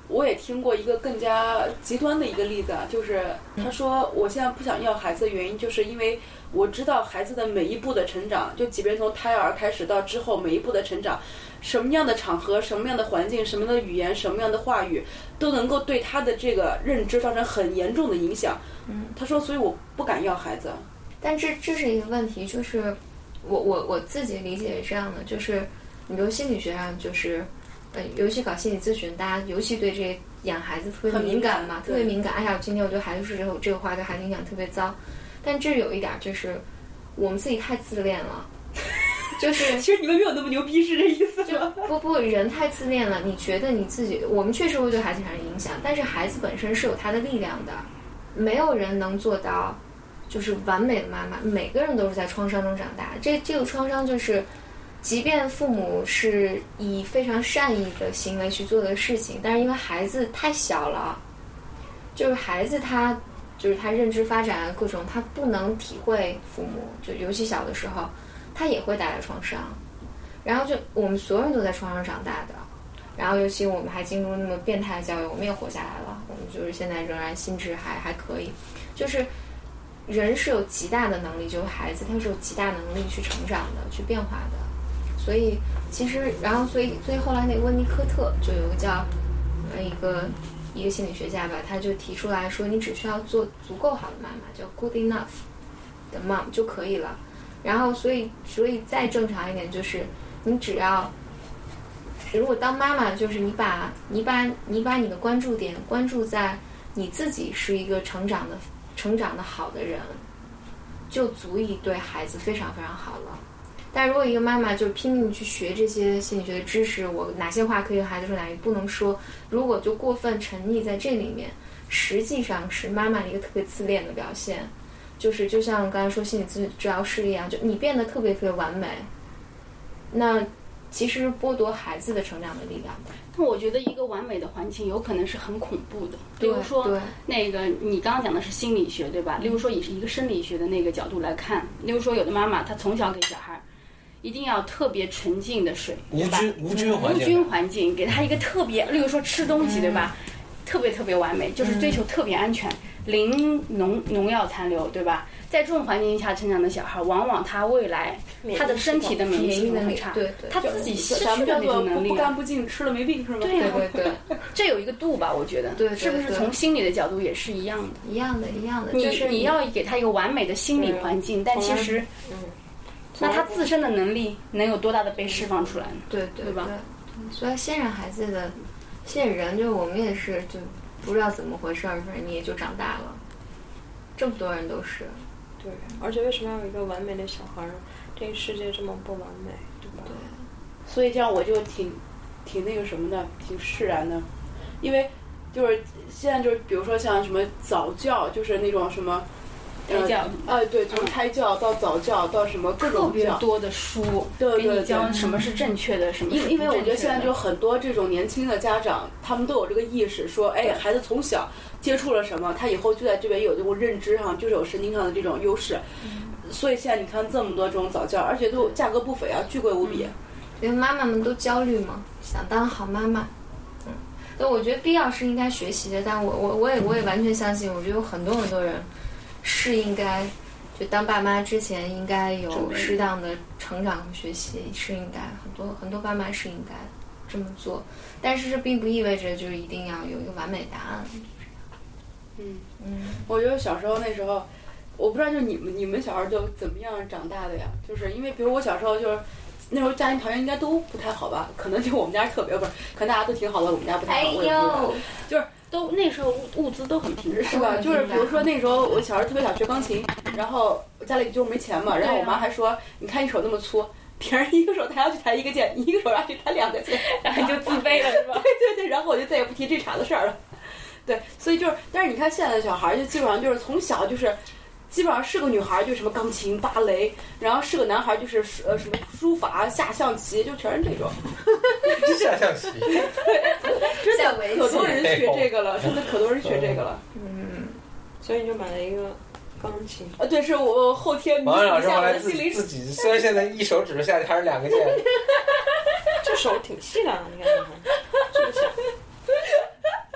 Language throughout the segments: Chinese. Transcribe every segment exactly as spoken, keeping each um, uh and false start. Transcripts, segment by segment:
我也听过一个更加极端的一个例子啊，就是他说我现在不想要孩子的原因，就是因为我知道孩子的每一步的成长，就即便从胎儿开始到之后每一步的成长，什么样的场合、什么样的环境、什么样的语言、什么样的话语，都能够对他的这个认知造成很严重的影响。嗯，他说，所以我不敢要孩子。 但这这是一个问题，就是我我我自己理解是这样的，就是你比如心理学上就是。呃，尤其搞心理咨询，大家尤其对这养孩子特别敏感嘛，特别敏感。哎呀，今天我对孩子说这个这个话，对孩子影响特别糟。但这有一点就是，我们自己太自恋了，就是其实你们没有那么牛逼，是这意思吗？ 不不，人太自恋了。你觉得你自己，我们确实会对孩子产生影响，但是孩子本身是有他的力量的，没有人能做到就是完美的妈妈。每个人都是在创伤中长大，这这个创伤就是。即便父母是以非常善意的行为去做的事情，但是因为孩子太小了，就是孩子他就是他认知发展各种，他不能体会父母，就尤其小的时候，他也会带来创伤。然后就我们所有人都在创伤长大的，然后尤其我们还经历那么变态的教育，我们也活下来了，我们就是现在仍然心智还还可以，就是人是有极大的能力，就是孩子他是有极大能力去成长的，去变化的。所以其实，然后所以所以后来那个温尼科特就有个叫呃一个一个心理学家吧，他就提出来说，你只需要做足够好的妈妈，叫 good enough 的 mom 就可以了。然后所以所以再正常一点，就是你只要如果当妈妈，就是你把你把你把你的关注点关注在你自己是一个成长的成长的好的人，就足以对孩子非常非常好了。但如果一个妈妈就拼命去学这些心理学的知识，我哪些话可以和孩子说，哪些不能说，如果就过分沉溺在这里面，实际上是妈妈一个特别自恋的表现。就是就像刚才说心理治疗师一样，就你变得特别特别完美，那其实剥夺孩子的成长的力量的。 那我觉得一个完美的环境有可能是很恐怖的，比如说那个你刚刚讲的是心理学对吧？例如说也是一个生理学的那个角度来看，例如说有的妈妈她从小给小孩一定要特别纯净的水， 无菌无菌环境， 无菌环境给他一个特别，例如说吃东西对吧？嗯、特别特别完美，就是追求特别安全，嗯、零农农药残留对吧？在这种环境下成长的小孩，往往他未来他的身体的免疫力很差， 对对， 他自己失去了那种能力， 不干不净，吃了没病是吧？ 对对对， 这有一个度吧，我觉得， 对， 是不是从心理的角度也是一样的？ 一样的，一样的， 你就是你要给他一个完美的心理环境，但其实，嗯，那他自身的能力能有多大的被释放出来呢？ 对对对吧？ 所以先让孩子的，现在人就我们也是就不知道怎么回事，反正你也就长大了，这么多人都是。 对，而且为什么要有一个完美的小孩呢？这个世界这么不完美，对吧？ 对， 所以这样我就挺挺那个什么的，挺释然的，因为就是现在就是比如说像什么早教，就是那种什么胎教， 呃，对，从胎教到早教到什么各种特别多的书， 对对对， 给你教什么是正确的，什么因因为我觉得现在就很多这种年轻的家长，他们都有这个意识，说，哎，孩子从小接触了什么，他以后就在这边有这种认知上，就是有神经上的这种优势。嗯、所以现在你看这么多这种早教，而且都价格不菲啊，巨贵无比。 因为妈妈们都焦虑嘛，想当好妈妈。嗯，所以我觉得必要是应该学习的，但我我我也我也完全相信，我觉得有很多很多人是应该就当爸妈之前应该有适当的成长和学习，是应该很多很多爸妈是应该这么做，但是这并不意味着就是一定要有一个完美答案。 嗯嗯，我觉得小时候那时候，我不知道就你们你们小时候就怎么样长大的呀？就是因为比如我小时候就是那时候家庭条件应该都不太好吧？可能就我们家特别不是，可能大家都挺好的，我们家不太好。 哎呦， 就是都那时候物资都很贫瘠， 是吧？就是比如说那时候我小时候特别想学钢琴，然后家里就没钱嘛，然后我妈还说，你看你手那么粗。别人一个手弹上去弹一个键，你一个手上去弹两个键， 然后你就自卑了，是吧？ 对对对，然后我就再也不提这茬的事儿了。对，所以就是，但是你看现在的小孩，就基本上就是从小就是，基本上是个女孩就什么钢琴、芭蕾，然后是个男孩就是呃什么书法、下象棋，就全是这种。 下象棋。 对，真的可多人学这个了，真的可多人学这个了。 嗯，所以你就买了一个。钢琴啊，对，是我后天王老师后来自己自己，虽然现在一手指头下去还是两个键， 这手挺细的，你看看，这么小。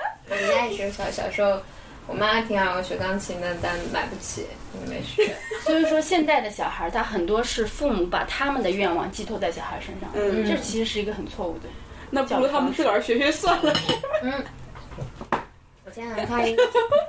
也是小小时候，我妈挺想让我学钢琴的，但买不起，没学。 所以说，现在的小孩他很多是父母把他们的愿望寄托在小孩身上， 嗯这其实是一个很错误的。 那不如他们自个儿学学算了。 嗯，我前两天看一个，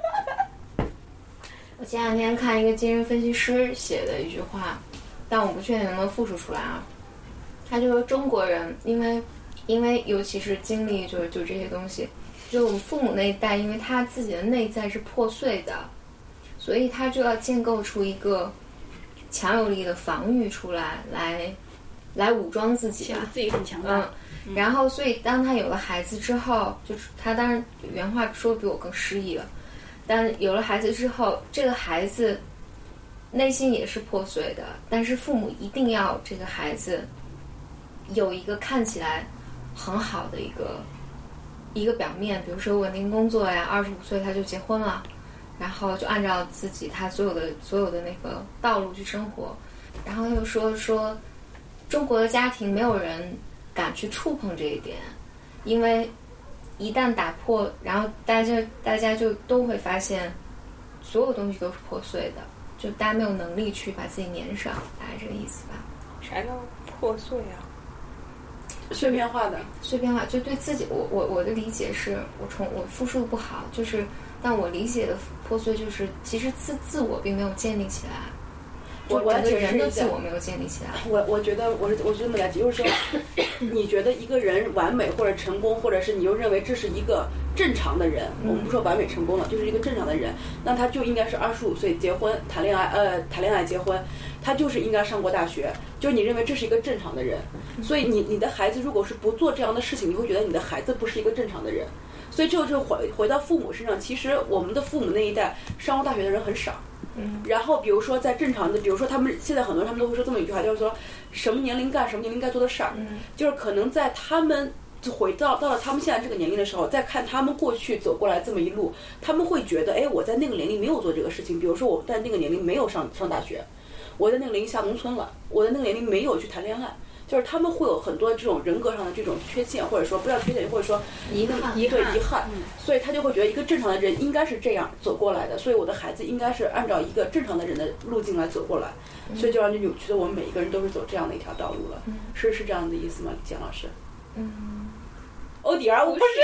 我前两天看一个精神分析师写的一句话，但我不确定能不能复述出来啊。他就说中国人，因为因为尤其是经历就是就这些东西，就我们父母那一代，因为他自己的内在是破碎的，所以他就要建构出一个强有力的防御出来，来来武装自己吧， 自己很强大。 嗯，然后所以当他有了孩子之后，就是他当然原话说比我更诗意了，但有了孩子之后，这个孩子内心也是破碎的，但是父母一定要这个孩子有一个看起来很好的一个一个表面，比如说稳定工作呀，二十五岁他就结婚了，然后就按照自己他所有的所有的那个道路去生活，然后又说说中国的家庭没有人敢去触碰这一点，因为一旦打破，然后大家大家就都会发现所有东西都是破碎的，就大家没有能力去把自己粘上，大概这个意思吧。 啥叫破碎啊？ 碎片化的， 碎片化就对自己，我我我的理解是，我从我复述不好，就是但我理解的破碎就是，其实自自我并没有建立起来， 我我整个解释一下人的自我没有建立起来。 我我觉得我是我是这么来解，就是说，你觉得一个人完美或者成功，或者是你又认为这是一个正常的人， 嗯、 我们不说完美成功了，就是一个正常的人，那他就应该是二十五岁结婚谈恋爱，呃，谈恋爱结婚，他就是应该上过大学，就是你认为这是一个正常的人，所以你你的孩子如果是不做这样的事情，你会觉得你的孩子不是一个正常的人，所以这就回回到父母身上，其实我们的父母那一代上过大学的人很少。 嗯， 然后比如说在正常的，比如说他们现在很多人他们都会说这么一句话，就是说什么年龄干什么年龄该做的事儿， 嗯， 就是可能在他们回到到了他们现在这个年龄的时候，再看他们过去走过来这么一路，他们会觉得，哎，我在那个年龄没有做这个事情，比如说我在那个年龄没有上上大学，我在那个年龄下农村了，我在那个年龄没有去谈恋爱。就是他们会有很多这种人格上的这种缺陷，或者说不叫缺陷，或者说遗憾， 一个遗憾， 嗯， 所以他就会觉得一个正常的人应该是这样走过来的，所以我的孩子应该是按照一个正常的人的路径来走过来，嗯，所以就让你扭曲的我们每一个人都是走这样的一条道路了，嗯，是是这样的意思吗，简老师？ 嗯， 欧迪儿，我不是，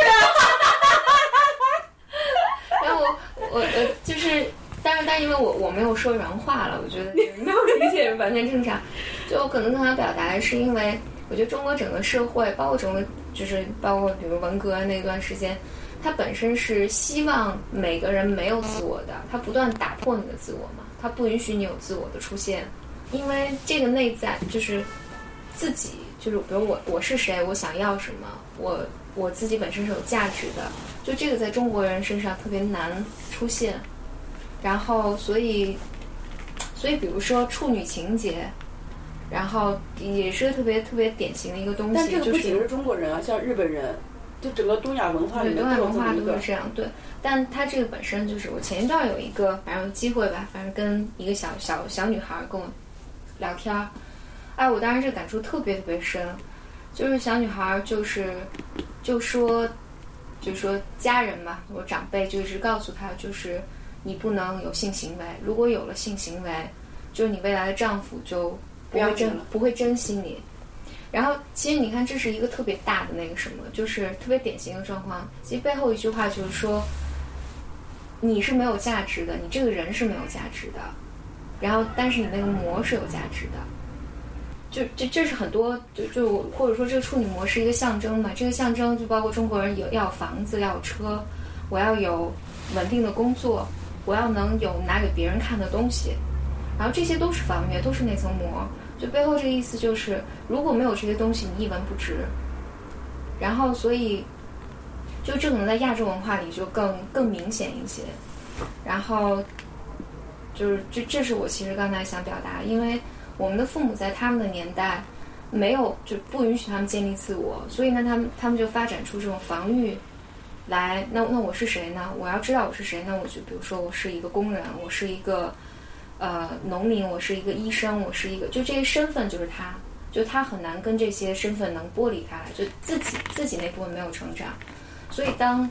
然后我我我就是。但是，但因为我我没有说原话了，我觉得你没有理解完全正常。就我可能更想表达的是，因为我觉得中国整个社会，包括整个就是包括比如文革那段时间，它本身是希望每个人没有自我的，它不断打破你的自我嘛，它不允许你有自我的出现，因为这个内在就是自己，就是比如我我是谁，我想要什么，我我自己本身是有价值的，就这个在中国人身上特别难出现。然后，所以，所以，比如说处女情节，然后也是特别特别典型的一个东西。 但这个不仅是中国人啊，像日本人，就整个东亚文化里面都有这么一个。对，东亚文化都是这这样。对，但它这个本身就是，我前一段有一个，反正有机会吧，反正跟一个小小小女孩跟我聊天，哎，我当时这感触特别特别深，就是小女孩就是就说就说家人嘛，我长辈就一直告诉她就是。你不能有性行为，如果有了性行为，就是你未来的丈夫就不会珍不会珍惜你。然后其实你看，这是一个特别大的那个什么，就是特别典型的状况。其实背后一句话就是说，你是没有价值的，你这个人是没有价值的。然后，但是你那个膜是有价值的。就这这是很多就就或者说这个处女膜是一个象征嘛，这个象征就包括中国人有要有房子，要有车，我要有稳定的工作。我要能有拿给别人看的东西，然后这些都是防御，都是那层膜。就背后这个意思就是，如果没有这些东西，你一文不值。然后，所以，就这可能在亚洲文化里就更更明显一些。然后，就是这这是我其实刚才想表达，因为我们的父母在他们的年代没有就不允许他们建立自我，所以呢，他们他们就发展出这种防御。来，那那我是谁呢？我要知道我是谁，那我就比如说我是一个工人，我是一个呃农民，我是一个医生，我是一个，就这些身份就是他，就他很难跟这些身份能剥离开来，就自己自己那部分没有成长，所以当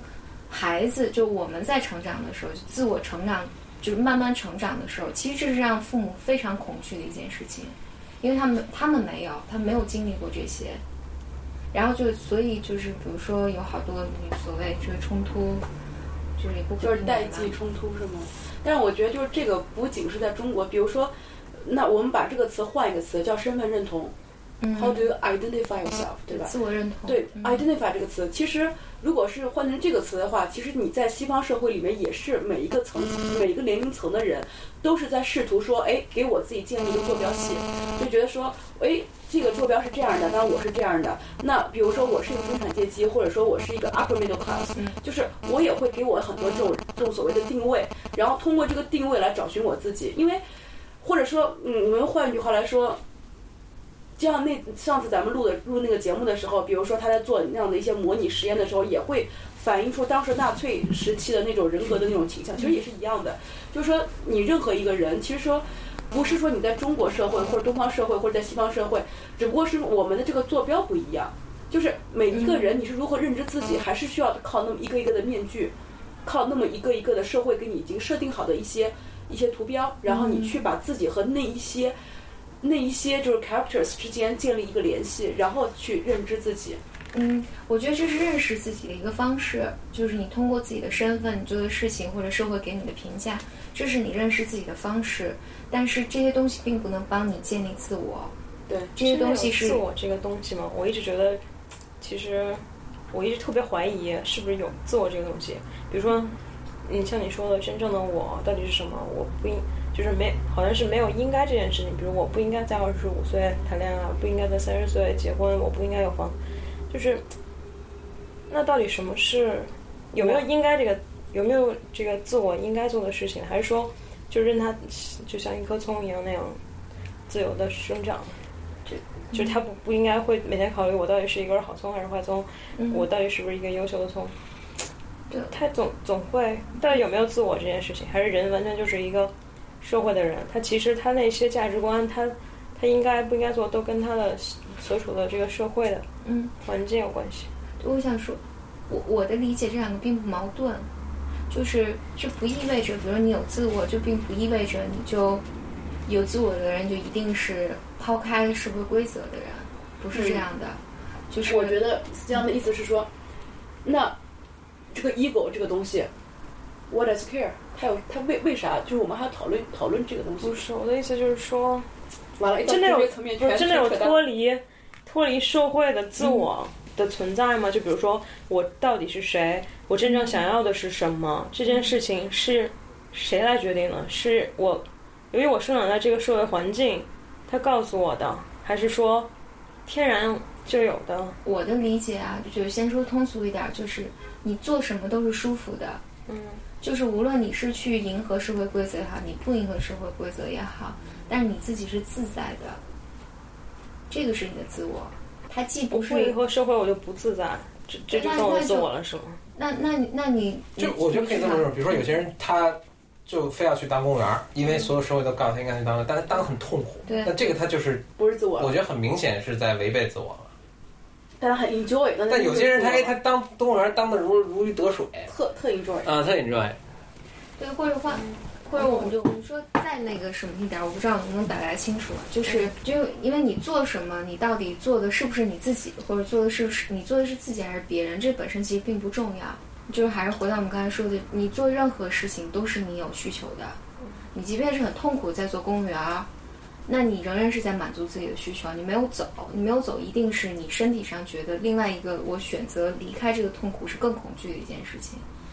孩子就我们在成长的时候，自我成长就是慢慢成长的时候，其实这是让父母非常恐惧的一件事情，因为他们他们没有，他们没有经历过这些，然后就所以就是比如说有好多所谓这个冲突，就是也不就是代际冲突是吗？但是我觉得就是这个不仅是在中国，比如说，那我们把这个词换一个词叫身份认同。 嗯、 How do you identify yourself？ 对吧？ 自我认同。 对、 嗯、 ，identify 这个词，其实如果是换成这个词的话，其实你在西方社会里面也是每一个层、每一个年龄层的人都是在试图说，哎，给我自己建立一个坐标系，就觉得说，哎，这个坐标是这样的，当然我是这样的。那比如说我是一个中产阶级，或者说我是一个 upper middle class，、嗯、就是我也会给我很多这种这种所谓的定位，然后通过这个定位来找寻我自己，因为或者说，嗯，我们换一句话来说。就像那上次咱们录的录那个节目的时候，比如说他在做那样的一些模拟实验的时候，也会反映出当时纳粹时期的那种人格的那种倾向，其实也是一样的。就是说，你任何一个人，其实说不是说你在中国社会或者东方社会或者在西方社会，只不过是我们的这个坐标不一样。就是每一个人你是如何认知自己，还是需要靠那么一个一个的面具，靠那么一个一个的社会给你已经设定好的一些一些图标，然后你去把自己和那一些。那一些就是 characters 之间建立一个联系，然后去认知自己。 嗯，我觉得这是认识自己的一个方式，就是你通过自己的身份、你做的事情或者社会给你的评价，这是你认识自己的方式。但是这些东西并不能帮你建立自我。 对， 这些东西是自我这个东西嘛，我一直觉得，其实我一直特别怀疑是不是有自我这个东西。比如说，你像你说的，真正的我到底是什么？我不应。就是没，好像是没有应该这件事情。比如我不应该在二十五岁谈恋爱，不应该在三十岁结婚，我不应该有房。就是，那到底什么是有没有应该这个有没有这个自我应该做的事情？还是说就任它就像一棵葱一样那样自由的生长？就就是它不不应该会每天考虑我到底是一根好葱还是坏葱， 嗯、 我到底是不是一个优秀的葱？ 对， 它总总会到底有没有自我这件事情？还是人完全就是一个。社会的人，他其实他那些价值观，他他应该不应该做，都跟他的所处的这个社会的嗯环境有关系。 我想说，我我的理解这两个并不矛盾，就是这不意味着，比如你有自我，就并不意味着你就有自我的人就一定是抛开社会规则的人，不是这样的。嗯、就是我觉得这样的意思是说，那这个 ego 这个东西 ，what does care？还有他为为啥？就是我们还要讨论讨论这个东西。 不是我的意思，就是说， 完了， 真的有层面不是真的有脱离脱离社会的自我的存在吗？嗯、就比如说，我到底是谁？我真正想要的是什么？这件事情是谁来决定的？是我由于我生长在这个社会环境，他告诉我的，还是说天然就有的？ 我的理解啊，就是先说通俗一点，就是你做什么都是舒服的。 嗯。 就是无论你是去迎合社会规则也好，你不迎合社会规则也好，但是你自己是自在的，这个是你的自我。它既不是不迎合社会，我就不自在，这这就算我自我了，是吗？ 那那你那你就我觉得可以这么说，比如说有些人他就非要去当公务员，因为所有社会都告诉他应该去当，但他当得很痛苦。 对， 那这个他就是不是自我， 我觉得很明显是在违背自我了。 但他很 enjoy， 但有些人他他当公务员当的如如鱼得水， 特特 enjoy 啊，特 enjoy。 对，或者换，或者我们就我们说再那个什么一点，我不知道能不能表达清楚啊。就是就因为你做什么，你到底做的是不是你自己，或者做的是你做的是自己还是别人，这本身其实并不重要。就是还是回到我们刚才说的，你做任何事情都是你有需求的。你即便是很痛苦在做公务员，那你仍然是在满足自己的需求，你没有走，你没有走，一定是你身体上觉得另外一个我选择离开这个痛苦是更恐惧的一件事情。